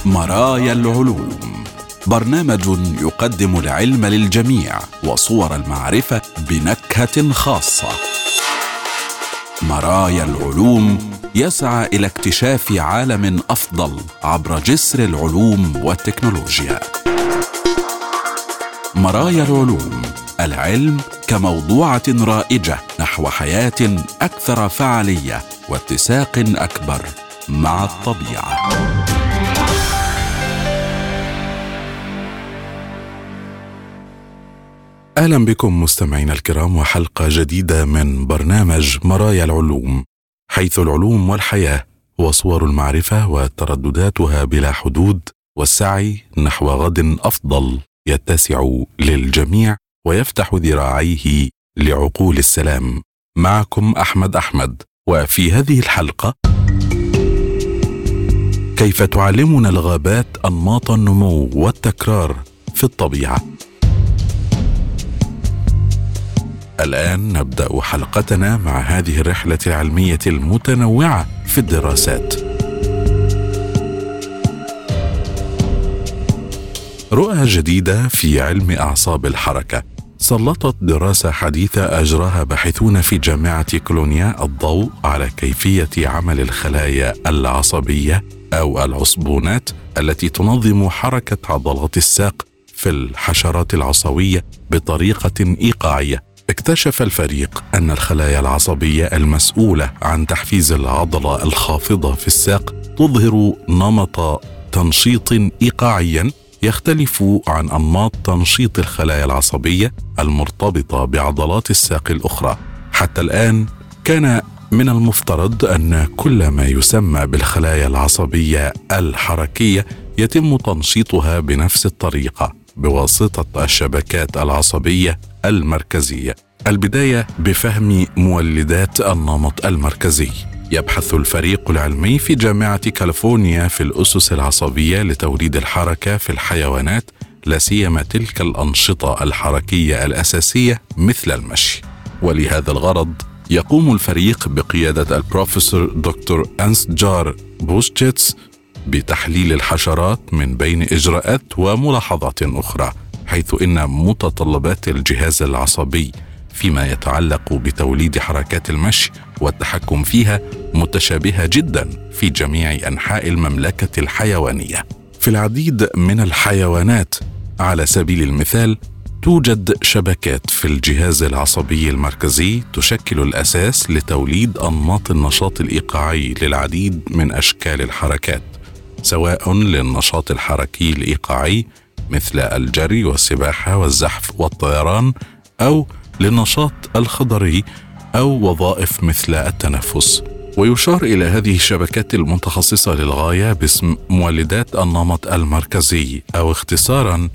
مرايا العلوم، برنامج يقدم العلم للجميع وصور المعرفة بنكهة خاصة. مرايا العلوم يسعى إلى اكتشاف عالم أفضل عبر جسر العلوم والتكنولوجيا. مرايا العلوم، العلم كموضوعة رائجة نحو حياة أكثر فعالية واتساق أكبر مع الطبيعة. أهلا بكم مستمعينا الكرام وحلقة جديدة من برنامج مرايا العلوم، حيث العلوم والحياة وصور المعرفة وتردداتها بلا حدود، والسعي نحو غد أفضل يتسع للجميع ويفتح ذراعيه لعقول السلام. معكم أحمد، وفي هذه الحلقة كيف تعلمنا الغابات أنماط النمو والتكرار في الطبيعة. الآن نبدأ حلقتنا مع هذه الرحلة العلمية المتنوعة في الدراسات. رؤى جديدة في علم أعصاب الحركة سلطت دراسة حديثة أجراها باحثون في جامعة كولونيا الضوء على كيفية عمل الخلايا العصبية أو العصبونات التي تنظم حركة عضلات الساق في الحشرات العصوية بطريقة إيقاعية. اكتشف الفريق أن الخلايا العصبية المسؤولة عن تحفيز العضلة الخافضة في الساق تظهر نمط تنشيط إيقاعيا يختلف عن أنماط تنشيط الخلايا العصبية المرتبطة بعضلات الساق الأخرى. حتى الآن كان من المفترض أن كل ما يسمى بالخلايا العصبية الحركية يتم تنشيطها بنفس الطريقة بواسطة الشبكات العصبية المركزية. البداية بفهم مولدات النمط المركزي. يبحث الفريق العلمي في جامعة كاليفورنيا في الأسس العصبية لتوليد الحركة في الحيوانات، لا سيما تلك الأنشطة الحركية الأساسية مثل المشي. ولهذا الغرض يقوم الفريق بقيادة البروفيسور دكتور أنسجار بوشتشيتس بتحليل الحشرات من بين إجراءات وملاحظات أخرى، حيث إن متطلبات الجهاز العصبي فيما يتعلق بتوليد حركات المشي والتحكم فيها متشابهة جدا في جميع أنحاء المملكة الحيوانية. في العديد من الحيوانات على سبيل المثال توجد شبكات في الجهاز العصبي المركزي تشكل الأساس لتوليد أنماط النشاط الإيقاعي للعديد من أشكال الحركات، سواء للنشاط الحركي الإيقاعي مثل الجري والسباحة والزحف والطيران، أو للنشاط الخضري أو وظائف مثل التنفس. ويشار إلى هذه الشبكات المتخصصة للغاية باسم مولدات النمط المركزي أو اختصارا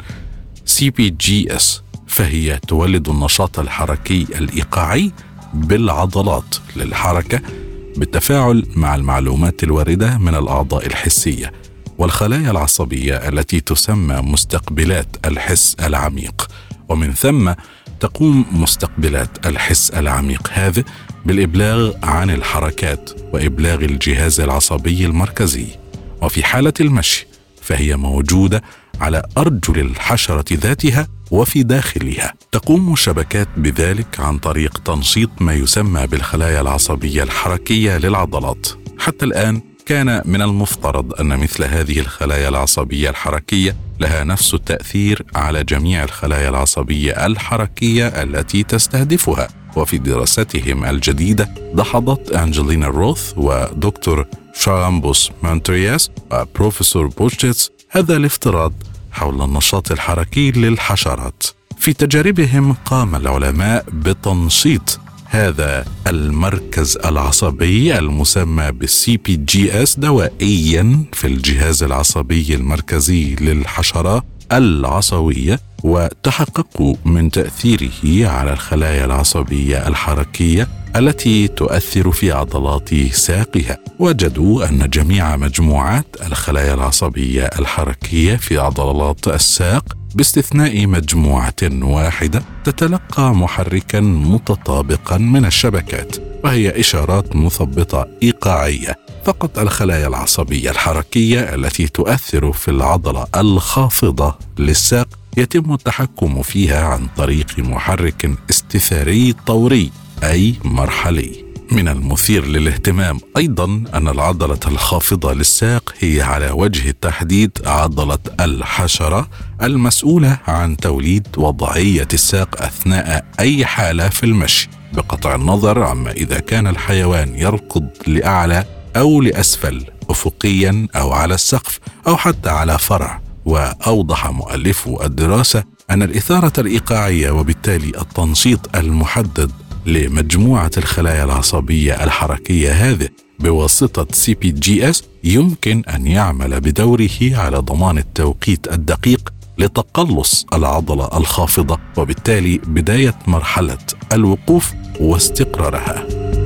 CPGS، فهي تولد النشاط الحركي الإيقاعي بالعضلات للحركة بالتفاعل مع المعلومات الواردة من الأعضاء الحسية والخلايا العصبية التي تسمى مستقبلات الحس العميق. ومن ثم تقوم مستقبلات الحس العميق هذه بالإبلاغ عن الحركات وإبلاغ الجهاز العصبي المركزي. وفي حالة المشي فهي موجودة على أرجل الحشرة ذاتها وفي داخلها. تقوم الشبكات بذلك عن طريق تنشيط ما يسمى بالخلايا العصبية الحركية للعضلات. حتى الآن كان من المفترض أن مثل هذه الخلايا العصبية الحركية لها نفس التأثير على جميع الخلايا العصبية الحركية التي تستهدفها. وفي دراستهم الجديدة دحضت أنجلينا روث ودكتور شارامبوس مونترياس وبروفيسور بوشتشيتس هذا الافتراض حول النشاط الحركي للحشرات. في تجاربهم قام العلماء بتنشيط هذا المركز العصبي المسمى بالCPGS دوائيا في الجهاز العصبي المركزي للحشرة العصوية، وتحققوا من تأثيره على الخلايا العصبية الحركية التي تؤثر في عضلات ساقها. وجدوا أن جميع مجموعات الخلايا العصبية الحركية في عضلات الساق باستثناء مجموعة واحدة تتلقى محركا متطابقا من الشبكات، وهي إشارات مثبطة إيقاعية فقط الخلايا العصبية الحركية التي تؤثر في العضلة الخافضة للساق يتم التحكم فيها عن طريق محرك استثاري طوري أي مرحلي. من المثير للاهتمام أيضا أن العضلة الخافضة للساق هي على وجه التحديد عضلة الحشرة المسؤولة عن توليد وضعية الساق أثناء أي حالة في المشي، بقطع النظر عما إذا كان الحيوان يركض لأعلى أو لأسفل، أفقيا أو على السقف أو حتى على فرع. وأوضح مؤلفو الدراسة أن الإثارة الإيقاعية وبالتالي التنشيط المحدد لمجموعة الخلايا العصبية الحركية هذه بواسطة CPGS يمكن أن يعمل بدوره على ضمان التوقيت الدقيق لتقلص العضلة الخافضة، وبالتالي بداية مرحلة الوقوف واستقرارها.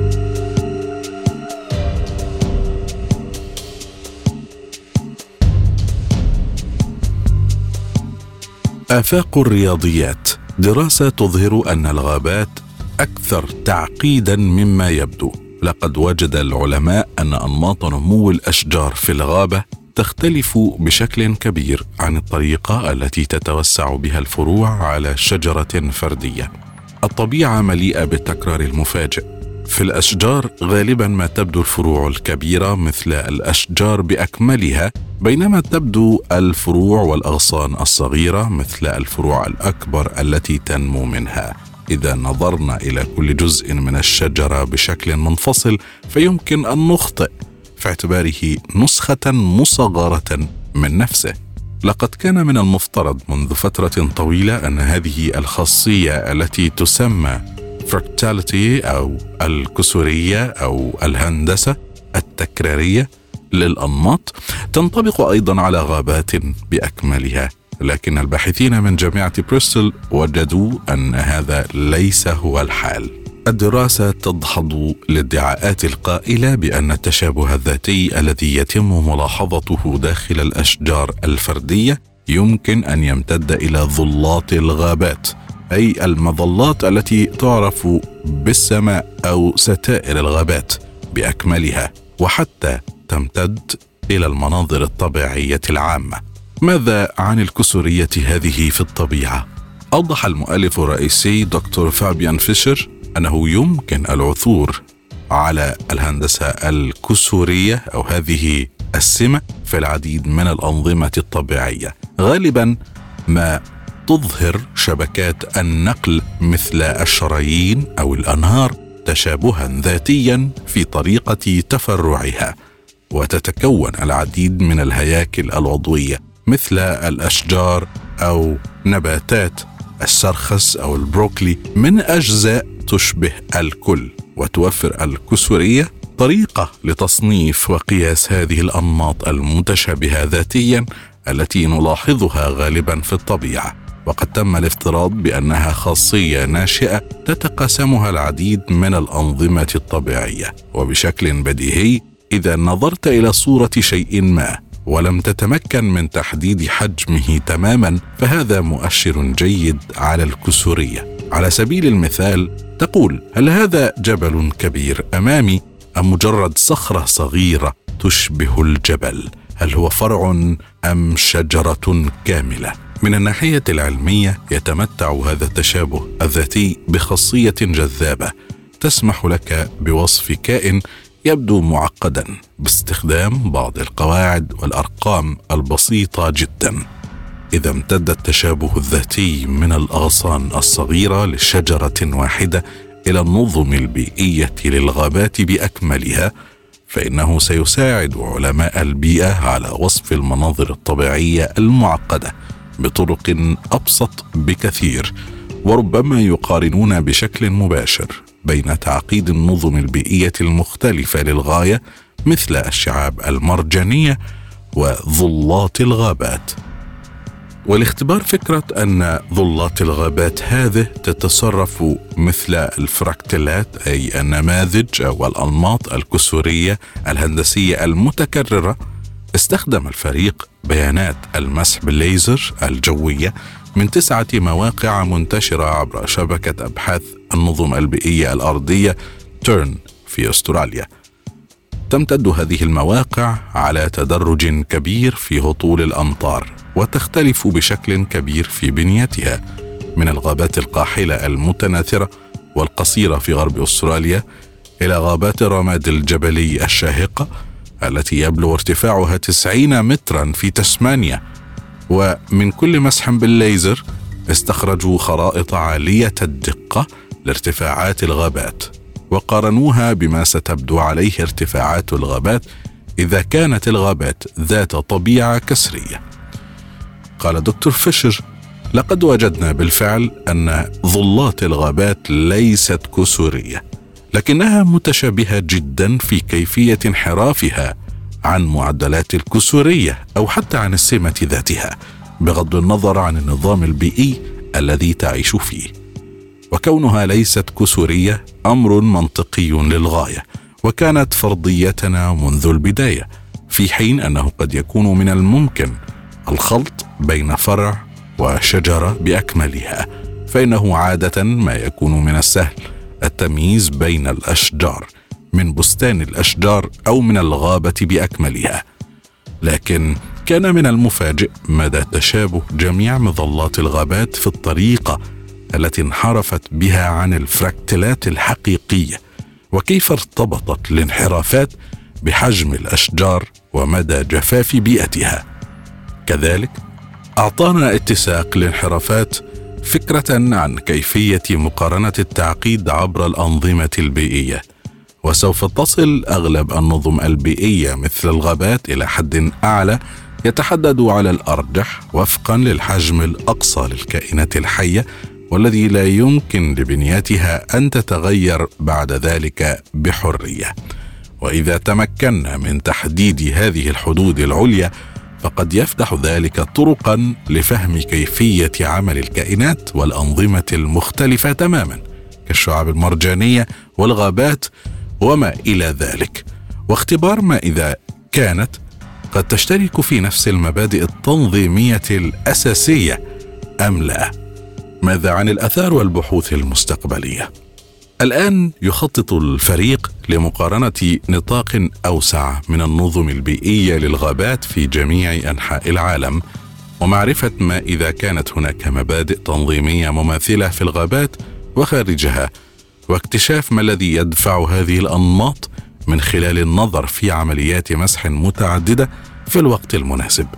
آفاق الرياضيات، دراسة تظهر أن الغابات أكثر تعقيدا مما يبدو. لقد وجد العلماء أن أنماط نمو الأشجار في الغابة تختلف بشكل كبير عن الطريقة التي تتوسع بها الفروع على شجرة فردية. الطبيعة مليئة بالتكرار المفاجئ. في الأشجار غالبا ما تبدو الفروع الكبيرة مثل الأشجار بأكملها، بينما تبدو الفروع والأغصان الصغيرة مثل الفروع الأكبر التي تنمو منها. إذا نظرنا إلى كل جزء من الشجرة بشكل منفصل فيمكن أن نخطئ في اعتباره نسخة مصغرة من نفسه. لقد كان من المفترض منذ فترة طويلة أن هذه الخاصية التي تسمى فراكتاليتي أو الكسورية أو الهندسة التكرارية للأنماط تنطبق أيضا على غابات بأكملها، لكن الباحثين من جامعة بريستول وجدوا أن هذا ليس هو الحال. الدراسة تدحض للادعاءات القائلة بأن التشابه الذاتي الذي يتم ملاحظته داخل الأشجار الفردية يمكن أن يمتد إلى ظلات الغابات، أي المظلات التي تعرف بالسماء أو ستائر الغابات بأكملها، وحتى تمتد إلى المناظر الطبيعية العامة. ماذا عن الكسورية هذه في الطبيعة؟ أوضح المؤلف الرئيسي دكتور فابيان فيشر أنه يمكن العثور على الهندسة الكسورية أو هذه السمة في العديد من الأنظمة الطبيعية، غالبا ما تظهر شبكات النقل مثل الشرايين أو الأنهار تشابها ذاتيا في طريقة تفرعها، وتتكون العديد من الهياكل العضوية مثل الأشجار أو نباتات السرخس أو البروكلي من أجزاء تشبه الكل. وتوفر الكسورية طريقة لتصنيف وقياس هذه الأنماط المتشابهة ذاتيا التي نلاحظها غالبا في الطبيعة، وقد تم الافتراض بأنها خاصية ناشئة تتقاسمها العديد من الأنظمة الطبيعية. وبشكل بديهي إذا نظرت إلى صورة شيء ما ولم تتمكن من تحديد حجمه تماما فهذا مؤشر جيد على الكسورية. على سبيل المثال تقول: هل هذا جبل كبير أمامي أم مجرد صخرة صغيرة تشبه الجبل؟ هل هو فرع أم شجرة كاملة؟ من الناحية العلمية يتمتع هذا التشابه الذاتي بخاصية جذابة تسمح لك بوصف كائن يبدو معقدا باستخدام بعض القواعد والأرقام البسيطة جدا. إذا امتد التشابه الذاتي من الأغصان الصغيرة لشجرة واحدة إلى النظم البيئية للغابات بأكملها، فإنه سيساعد علماء البيئة على وصف المناظر الطبيعية المعقدة بطرق أبسط بكثير، وربما يقارنون بشكل مباشر بين تعقيد النظم البيئية المختلفة للغاية مثل الشعاب المرجانية وظلات الغابات. والاختبار فكرة أن ظلات الغابات هذه تتصرف مثل الفراكتلات أي النماذج أو الأنماط الكسورية الهندسية المتكررة، استخدم الفريق بيانات المسح بالليزر الجوية من 9 مواقع منتشرة عبر شبكة أبحاث النظم البيئية الأرضية تيرن في أستراليا. تمتد هذه المواقع على تدرج كبير في هطول الأمطار، وتختلف بشكل كبير في بنيتها، من الغابات القاحلة المتناثرة والقصيرة في غرب أستراليا إلى غابات الرماد الجبلي الشاهقة التي يبلغ ارتفاعها 90 مترا في تسمانيا. ومن كل مسح بالليزر استخرجوا خرائط عالية الدقة لارتفاعات الغابات، وقارنوها بما ستبدو عليه ارتفاعات الغابات إذا كانت الغابات ذات طبيعة كسرية. قال دكتور فيشر: لقد وجدنا بالفعل أن ظلات الغابات ليست كسورية، لكنها متشابهة جدا في كيفية انحرافها عن معدلات الكسورية أو حتى عن السمة ذاتها، بغض النظر عن النظام البيئي الذي تعيش فيه. وكونها ليست كسورية أمر منطقي للغاية، وكانت فرضيتنا منذ البداية، في حين أنه قد يكون من الممكن الخلط بين فرع وشجرة بأكملها، فإنه عادة ما يكون من السهل التمييز بين الأشجار من بستان الأشجار أو من الغابة بأكملها. لكن كان من المفاجئ مدى تشابه جميع مظلات الغابات في الطريقة التي انحرفت بها عن الفراكتلات الحقيقية، وكيف ارتبطت الانحرافات بحجم الأشجار ومدى جفاف بيئتها. كذلك أعطانا اتساق الانحرافات فكرة عن كيفية مقارنة التعقيد عبر الأنظمة البيئية، وسوف تصل أغلب النظم البيئية مثل الغابات إلى حد أعلى يتحدد على الأرجح وفقا للحجم الأقصى للكائنات الحية، والذي لا يمكن لبنيتها أن تتغير بعد ذلك بحرية. وإذا تمكنا من تحديد هذه الحدود العليا فقد يفتح ذلك طرقا لفهم كيفية عمل الكائنات والأنظمة المختلفة تماما كالشعاب المرجانية والغابات وما إلى ذلك، واختبار ما إذا كانت قد تشترك في نفس المبادئ التنظيمية الأساسية أم لا. ماذا عن الآثار والبحوث المستقبلية؟ الآن يخطط الفريق لمقارنة نطاق أوسع من النظم البيئية للغابات في جميع أنحاء العالم، ومعرفة ما إذا كانت هناك مبادئ تنظيمية مماثلة في الغابات وخارجها، واكتشاف ما الذي يدفع هذه الأنماط من خلال النظر في عمليات مسح متعددة في الوقت المناسب.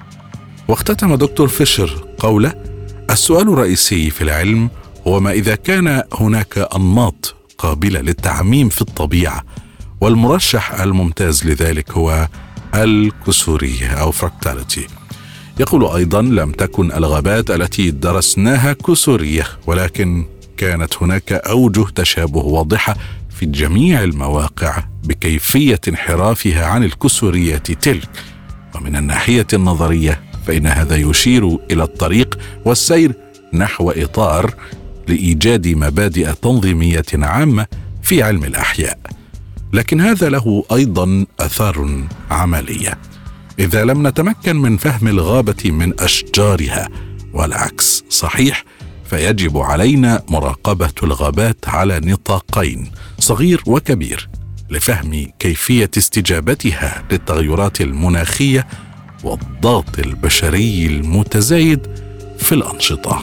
واختتم دكتور فيشر قوله: السؤال الرئيسي في العلم هو ما إذا كان هناك أنماط قابلة للتعميم في الطبيعة، والمرشح الممتاز لذلك هو الكسورية أو فراكتاليتي. يقول أيضا: لم تكن الغابات التي درسناها كسورية، ولكن كانت هناك أوجه تشابه واضحة في جميع المواقع بكيفية انحرافها عن الكسورية تلك. ومن الناحية النظرية فإن هذا يشير إلى الطريق والسير نحو إطار لإيجاد مبادئ تنظيمية عامة في علم الأحياء. لكن هذا له أيضا آثار عملية. إذا لم نتمكن من فهم الغابة من أشجارها والعكس صحيح، فيجب علينا مراقبة الغابات على نطاقين صغير وكبير لفهم كيفية استجابتها للتغيرات المناخية والضغط البشري المتزايد في الأنشطة.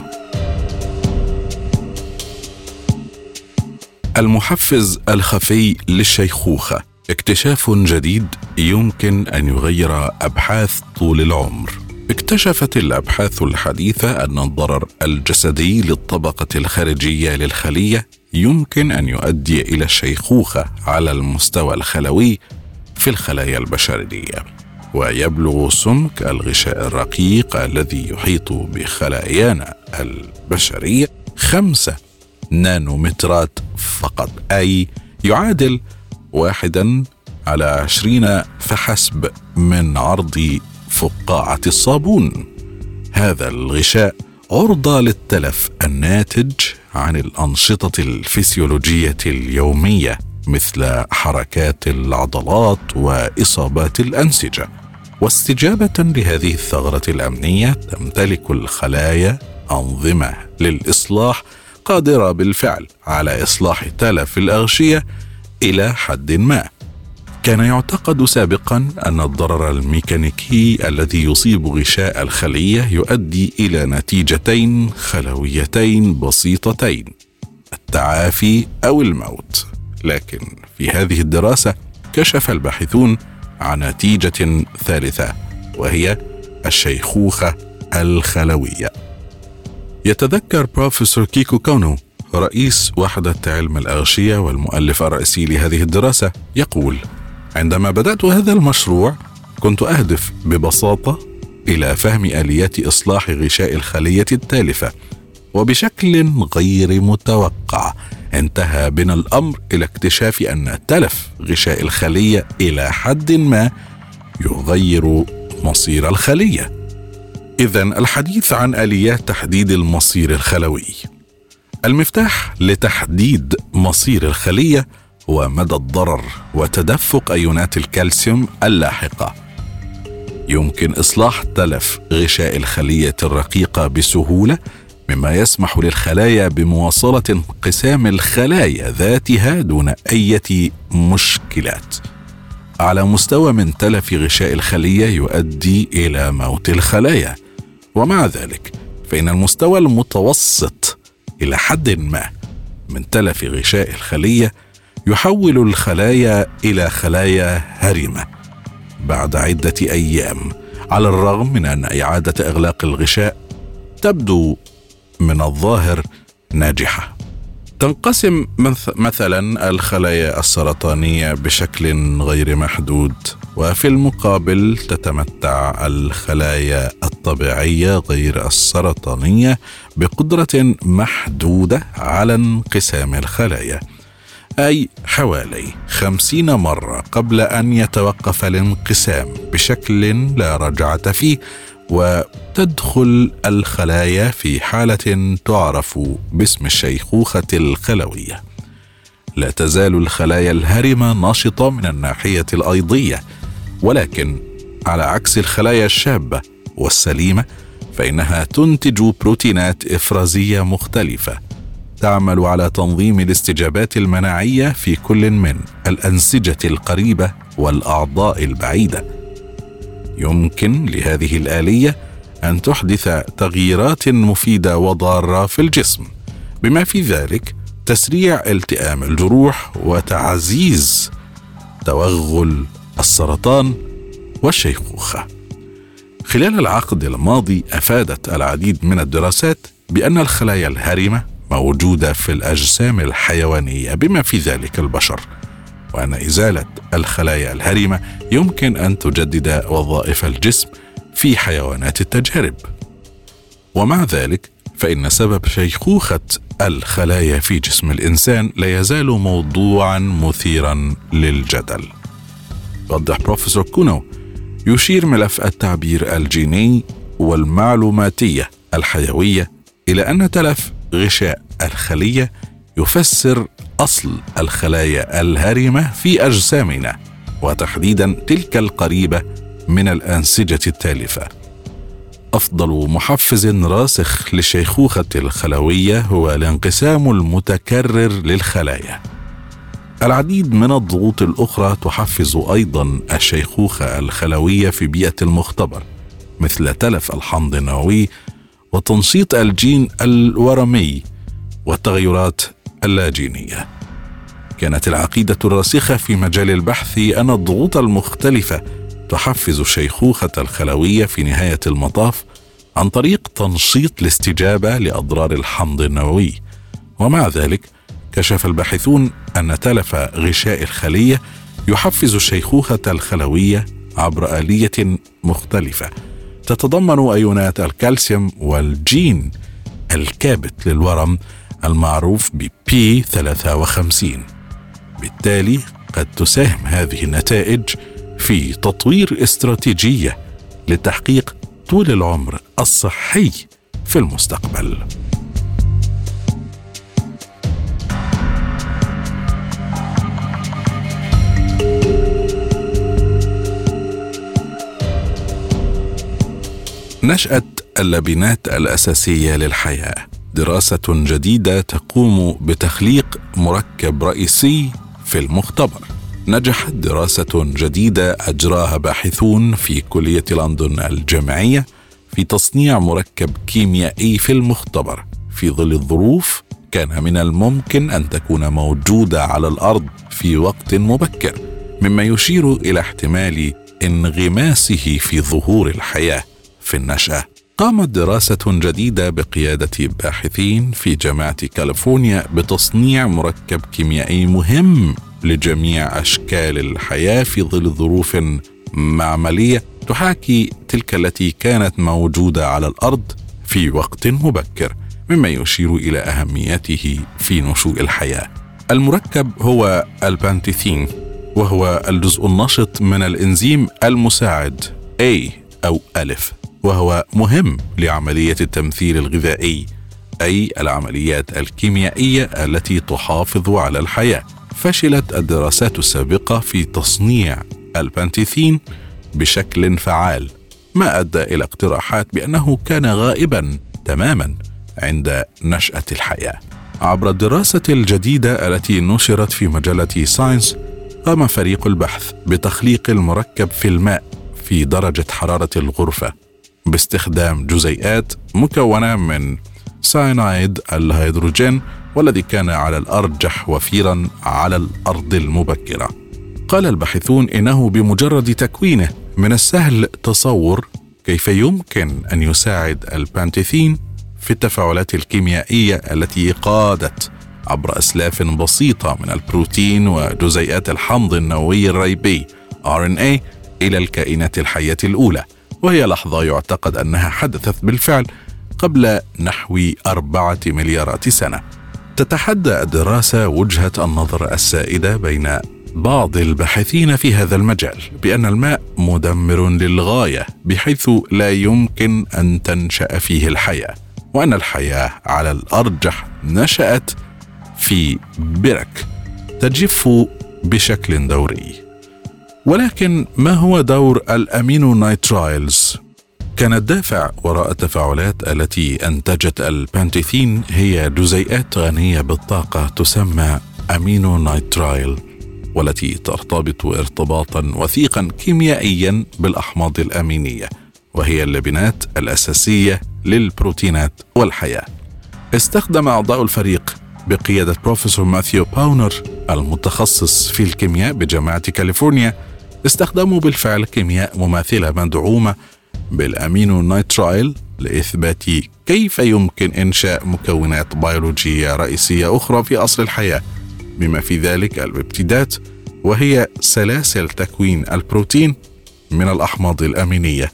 المحفز الخفي للشيخوخة، اكتشاف جديد يمكن أن يغير أبحاث طول العمر. اكتشفت الأبحاث الحديثة أن الضرر الجسدي للطبقة الخارجية للخلية يمكن أن يؤدي إلى الشيخوخة على المستوى الخلوي في الخلايا البشرية، ويبلغ سمك الغشاء الرقيق الذي يحيط بخلايانا البشرية 5 نانومترات فقط، أي يعادل 1/20 فحسب من عرض فقاعة الصابون. هذا الغشاء عرضة للتلف الناتج عن الأنشطة الفسيولوجية اليومية مثل حركات العضلات وإصابات الأنسجة. واستجابة لهذه الثغرة الأمنية تمتلك الخلايا أنظمة للإصلاح قادرة بالفعل على إصلاح تلف الأغشية إلى حد ما. كان يعتقد سابقا أن الضرر الميكانيكي الذي يصيب غشاء الخلية يؤدي إلى نتيجتين خلويتين بسيطتين: التعافي أو الموت. لكن في هذه الدراسة كشف الباحثون عن نتيجة ثالثة، وهي الشيخوخة الخلوية. يتذكر بروفيسور كيكو كونو رئيس وحدة علم الأغشية والمؤلف الرئيسي لهذه الدراسة يقول: عندما بدأت هذا المشروع كنت أهدف ببساطة إلى فهم آليات إصلاح غشاء الخلية التالفة، وبشكل غير متوقع انتهى بنا الأمر إلى اكتشاف أن تلف غشاء الخلية إلى حد ما يغير مصير الخلية. إذن الحديث عن آليات تحديد المصير الخلوي. المفتاح لتحديد مصير الخلية هو مدى الضرر وتدفق أيونات الكالسيوم اللاحقة. يمكن إصلاح تلف غشاء الخلية الرقيقة بسهولة، مما يسمح للخلايا بمواصلة انقسام الخلايا ذاتها دون أي مشكلات. على مستوى من تلف غشاء الخلية يؤدي إلى موت الخلايا، ومع ذلك فإن المستوى المتوسط إلى حد ما من تلف غشاء الخلية يحول الخلايا إلى خلايا هرمة بعد عدة أيام، على الرغم من أن إعادة إغلاق الغشاء تبدو من الظاهر ناجحة. تنقسم مثلا الخلايا السرطانية بشكل غير محدود، وفي المقابل تتمتع الخلايا الطبيعية غير السرطانية بقدرة محدودة على انقسام الخلايا، أي حوالي 50 مرة قبل أن يتوقف الانقسام بشكل لا رجعة فيه، وتدخل الخلايا في حالة تعرف باسم الشيخوخة الخلوية. لا تزال الخلايا الهرمة نشطة من الناحية الأيضية، ولكن على عكس الخلايا الشابة والسليمة فإنها تنتج بروتينات إفرازية مختلفة تعمل على تنظيم الاستجابات المناعية في كل من الأنسجة القريبة والأعضاء البعيدة. يمكن لهذه الآلية أن تحدث تغييرات مفيدة وضارة في الجسم، بما في ذلك تسريع التئام الجروح وتعزيز توغل السرطان والشيخوخة. خلال العقد الماضي أفادت العديد من الدراسات بأن الخلايا الهرمة موجودة في الأجسام الحيوانية بما في ذلك البشر، وأن إزالة الخلايا الهرمة يمكن أن تجدد وظائف الجسم في حيوانات التجارب. ومع ذلك فإن سبب شيخوخة الخلايا في جسم الإنسان لا يزال موضوعا مثيرا للجدل. يوضح بروفيسور كونو يشير ملف التعبير الجيني والمعلوماتية الحيوية إلى أن تلف غشاء الخلية يفسر أصل الخلايا الهرمة في أجسامنا، وتحديدا تلك القريبة من الأنسجة التالفة. أفضل محفز راسخ للشيخوخة الخلوية هو الانقسام المتكرر للخلايا. العديد من الضغوط الأخرى تحفز أيضا الشيخوخة الخلوية في بيئة المختبر، مثل تلف الحمض النووي وتنشيط الجين الورمي والتغيرات اللاجينية. كانت العقيدة الراسخة في مجال البحث أن الضغوط المختلفة تحفز الشيخوخة الخلوية في نهاية المطاف عن طريق تنشيط الاستجابة لأضرار الحمض النووي. ومع ذلك كشف الباحثون أن تلف غشاء الخلية يحفز الشيخوخة الخلوية عبر آلية مختلفة تتضمن أيونات الكالسيوم والجين الكابت للورم المعروف ب P53. بالتالي قد تساهم هذه النتائج في تطوير استراتيجية لتحقيق طول العمر الصحي في المستقبل. نشأة اللبنات الأساسية للحياة، دراسة جديدة تقوم بتخليق مركب رئيسي في المختبر نجحت دراسة جديدة أجراها باحثون في كلية لندن الجامعية في تصنيع مركب كيميائي في المختبر في ظل الظروف كان من الممكن أن تكون موجودة على الأرض في وقت مبكر، مما يشير إلى احتمال انغماسه في ظهور الحياة في النشأة. قامت دراسة جديدة بقيادة باحثين في جامعة كاليفورنيا بتصنيع مركب كيميائي مهم لجميع أشكال الحياة في ظل ظروف معملية تحاكي تلك التي كانت موجودة على الأرض في وقت مبكر، مما يشير إلى أهميته في نشوء الحياة. المركب هو البانتيثين، وهو الجزء النشط من الإنزيم المساعد A أو ألف، وهو مهم لعملية التمثيل الغذائي، أي العمليات الكيميائية التي تحافظ على الحياة. فشلت الدراسات السابقة في تصنيع البانتيثين بشكل فعال، ما أدى إلى اقتراحات بأنه كان غائبا تماما عند نشأة الحياة. عبر الدراسة الجديدة التي نشرت في مجلة ساينس، قام فريق البحث بتخليق المركب في الماء في درجة حرارة الغرفة باستخدام جزيئات مكونة من ساينايد الهيدروجين، والذي كان على الأرجح وفيرا على الأرض المبكرة. قال الباحثون إنه بمجرد تكوينه من السهل تصور كيف يمكن أن يساعد البانتيثين في التفاعلات الكيميائية التي قادت عبر أسلاف بسيطة من البروتين وجزيئات الحمض النووي الريبي RNA إلى الكائنات الحية الأولى، وهي لحظة يعتقد أنها حدثت بالفعل قبل نحو 4 مليارات سنة. تتحدى الدراسة وجهة النظر السائدة بين بعض الباحثين في هذا المجال بأن الماء مدمر للغاية، بحيث لا يمكن أن تنشأ فيه الحياة، وأن الحياة على الأرجح نشأت في برك تجف بشكل دوري. ولكن ما هو دور الأمينو نايترايلز؟ كان الدافع وراء التفاعلات التي أنتجت البانتيثين هي جزيئات غنية بالطاقة تسمى أمينو نايترايل، والتي ترتبط ارتباطا وثيقا كيميائيا بالأحماض الأمينية، وهي اللبنات الأساسية للبروتينات والحياة. استخدم أعضاء الفريق بقيادة بروفيسور ماثيو باونر المتخصص في الكيمياء بجامعة كاليفورنيا استخدموا بالفعل كيمياء مماثلة مدعومة بالأمينو نايترايل لإثبات كيف يمكن إنشاء مكونات بيولوجية رئيسية أخرى في أصل الحياة، بما في ذلك البيبتيدات، وهي سلاسل تكوين البروتين من الأحماض الأمينية،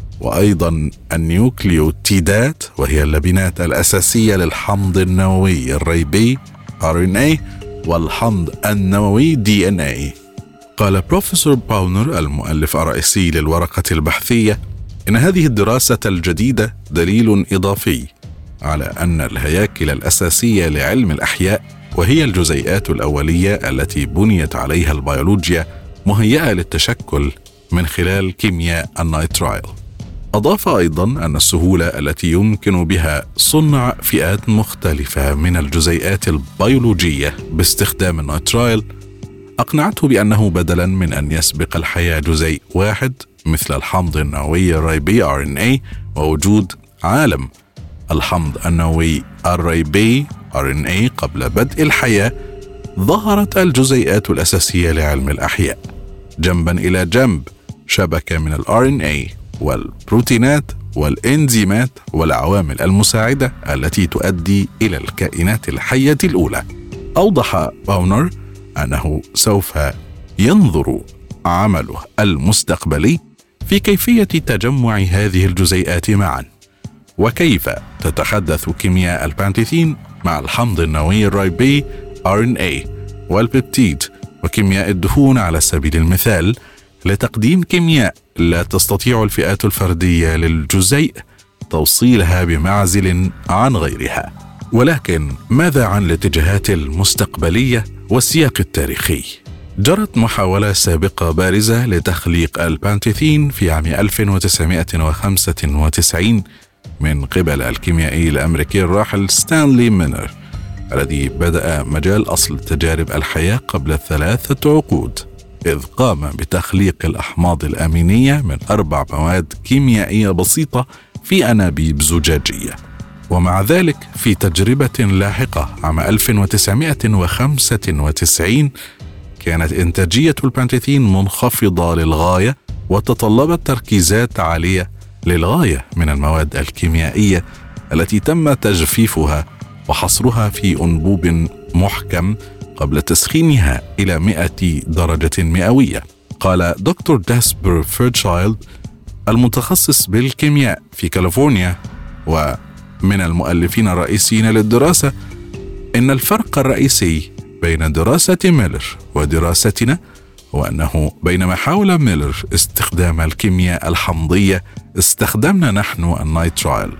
وأيضا النيوكليوتيدات، وهي اللبنات الأساسية للحمض النووي الريبي RNA والحمض النووي DNA. قال بروفيسور باونر المؤلف الرئيسي للورقة البحثية إن هذه الدراسة الجديدة دليل إضافي على أن الهياكل الأساسية لعلم الأحياء، وهي الجزيئات الأولية التي بنيت عليها البيولوجيا، مهيئة للتشكل من خلال كيمياء النايترايل. أضاف أيضا أن السهولة التي يمكن بها صنع فئات مختلفة من الجزيئات البيولوجية باستخدام النايترايل أقنعته بأنه بدلا من أن يسبق الحياة جزيء واحد مثل الحمض النووي الريبي RNA ووجود عالم الحمض النووي الريبي RNA قبل بدء الحياة، ظهرت الجزيئات الأساسية لعلم الأحياء جنبا إلى جنب شبكة من الRNA والبروتينات والإنزيمات والعوامل المساعدة التي تؤدي إلى الكائنات الحية الأولى. أوضح باونر أنه سوف ينظر عمله المستقبلي في كيفية تجمع هذه الجزيئات معا، وكيف تتحدث كيمياء البانتيثين مع الحمض النووي الريبي RNA والبيبتيد وكيمياء الدهون على سبيل المثال، لتقديم كيمياء لا تستطيع الفئات الفردية للجزيء توصيلها بمعزل عن غيرها. ولكن ماذا عن الاتجاهات المستقبلية والسياق التاريخي؟ جرت محاولة سابقة بارزة لتخليق البانتيثين في عام 1995 من قبل الكيميائي الأمريكي الراحل ستانلي مينر، الذي بدأ مجال أصل تجارب الحياة قبل 3 عقود. إذ قام بتخليق الأحماض الأمينية من 4 مواد كيميائية بسيطة في أنابيب زجاجية. ومع ذلك في تجربة لاحقة عام 1995 كانت إنتاجية البانتيثين منخفضة للغاية، وتطلبت تركيزات عالية للغاية من المواد الكيميائية التي تم تجفيفها وحصرها في أنبوب محكم قبل تسخينها إلى 100 درجة مئوية. قال دكتور داسبر فيرتشايلد المتخصص بالكيمياء في كاليفورنيا ومن المؤلفين الرئيسيين للدراسة إن الفرق الرئيسي بين دراسة ميلر ودراستنا هو أنه بينما حاول ميلر استخدام الكيمياء الحمضية، استخدمنا نحن النيترايل.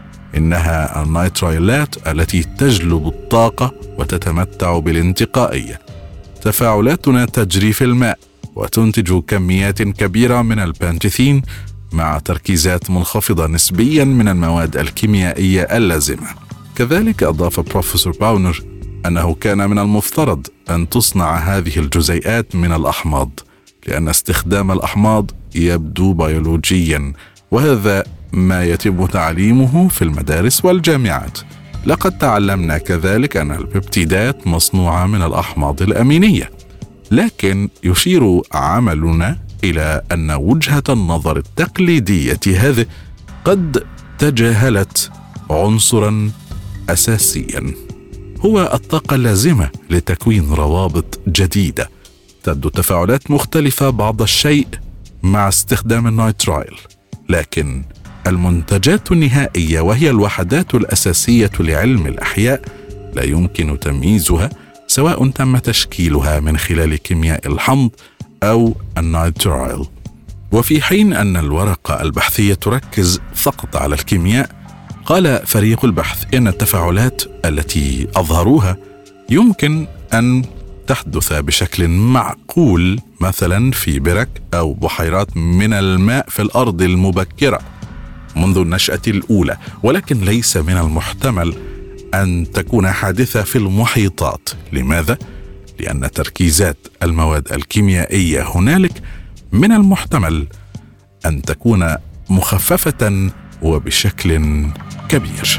إنها النيترايلات التي تجلب الطاقة وتتمتع بالانتقائية. تفاعلاتنا تجري في الماء وتنتج كميات كبيرة من البانتيثين مع تركيزات منخفضة نسبيا من المواد الكيميائية اللازمة. كذلك أضاف بروفيسور باونر أنه كان من المفترض أن تصنع هذه الجزيئات من الأحماض، لأن استخدام الأحماض يبدو بيولوجيا، وهذا ما يتم تعليمه في المدارس والجامعات. لقد تعلمنا كذلك أن البيبتيدات مصنوعة من الأحماض الأمينية، لكن يشير عملنا إلى أن وجهة النظر التقليدية هذه قد تجاهلت عنصرا أساسيا، هو الطاقة اللازمة لتكوين روابط جديدة. تبدو تفاعلات مختلفة بعض الشيء مع استخدام النيترايل، لكن المنتجات النهائية وهي الوحدات الأساسية لعلم الأحياء لا يمكن تمييزها، سواء تم تشكيلها من خلال كيمياء الحمض أو النيترايل. وفي حين أن الورقة البحثية تركز فقط على الكيمياء، قال فريق البحث إن التفاعلات التي أظهروها يمكن أن تحدث بشكل معقول، مثلا في برك أو بحيرات من الماء في الأرض المبكرة منذ النشأة الأولى، ولكن ليس من المحتمل أن تكون حادثة في المحيطات. لماذا؟ لأن تركيزات المواد الكيميائية هنالك من المحتمل أن تكون مخففة وبشكل كبير.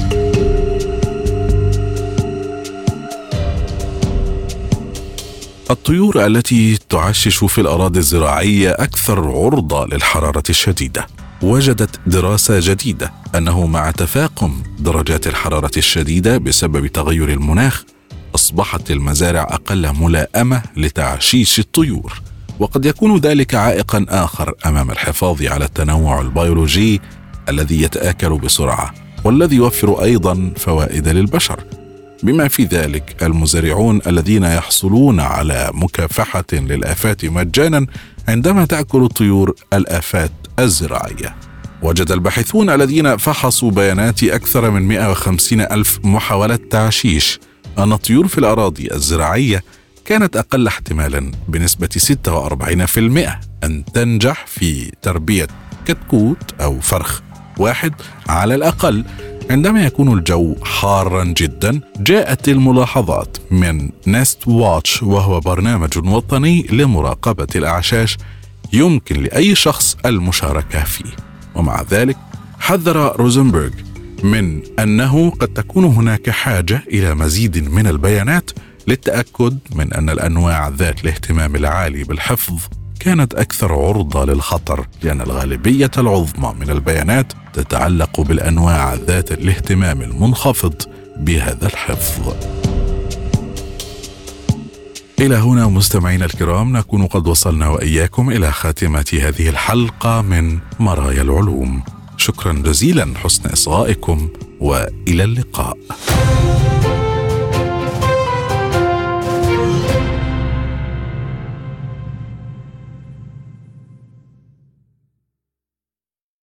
الطيور التي تعشش في الأراضي الزراعية أكثر عرضة للحرارة الشديدة. وجدت دراسة جديدة أنه مع تفاقم درجات الحرارة الشديدة بسبب تغير المناخ، أصبحت المزارع أقل ملائمة لتعشيش الطيور، وقد يكون ذلك عائقا آخر أمام الحفاظ على التنوع البيولوجي الذي يتآكل بسرعة، والذي يوفر أيضا فوائد للبشر، بما في ذلك المزارعون الذين يحصلون على مكافحة للآفات مجانا عندما تأكل الطيور الآفات الزراعية. وجد الباحثون الذين فحصوا بيانات أكثر من 150 ألف محاولة تعشيش أن الطيور في الأراضي الزراعية كانت أقل احتمالا بنسبة 46% أن تنجح في تربية كتكوت أو فرخ واحد على الأقل عندما يكون الجو حارا جدا. جاءت الملاحظات من نست واتش، وهو برنامج وطني لمراقبة الأعشاش يمكن لأي شخص المشاركة فيه. ومع ذلك حذر روزنبرغ من أنه قد تكون هناك حاجة إلى مزيد من البيانات للتأكد من أن الأنواع ذات الاهتمام العالي بالحفظ كانت أكثر عرضة للخطر، لأن الغالبية العظمى من البيانات تتعلق بالأنواع ذات الاهتمام المنخفض بهذا الحفظ. إلى هنا مستمعينا الكرام نكون قد وصلنا وإياكم إلى خاتمة هذه الحلقة من مرايا العلوم. شكرا جزيلا حسن إصغائكم، وإلى اللقاء.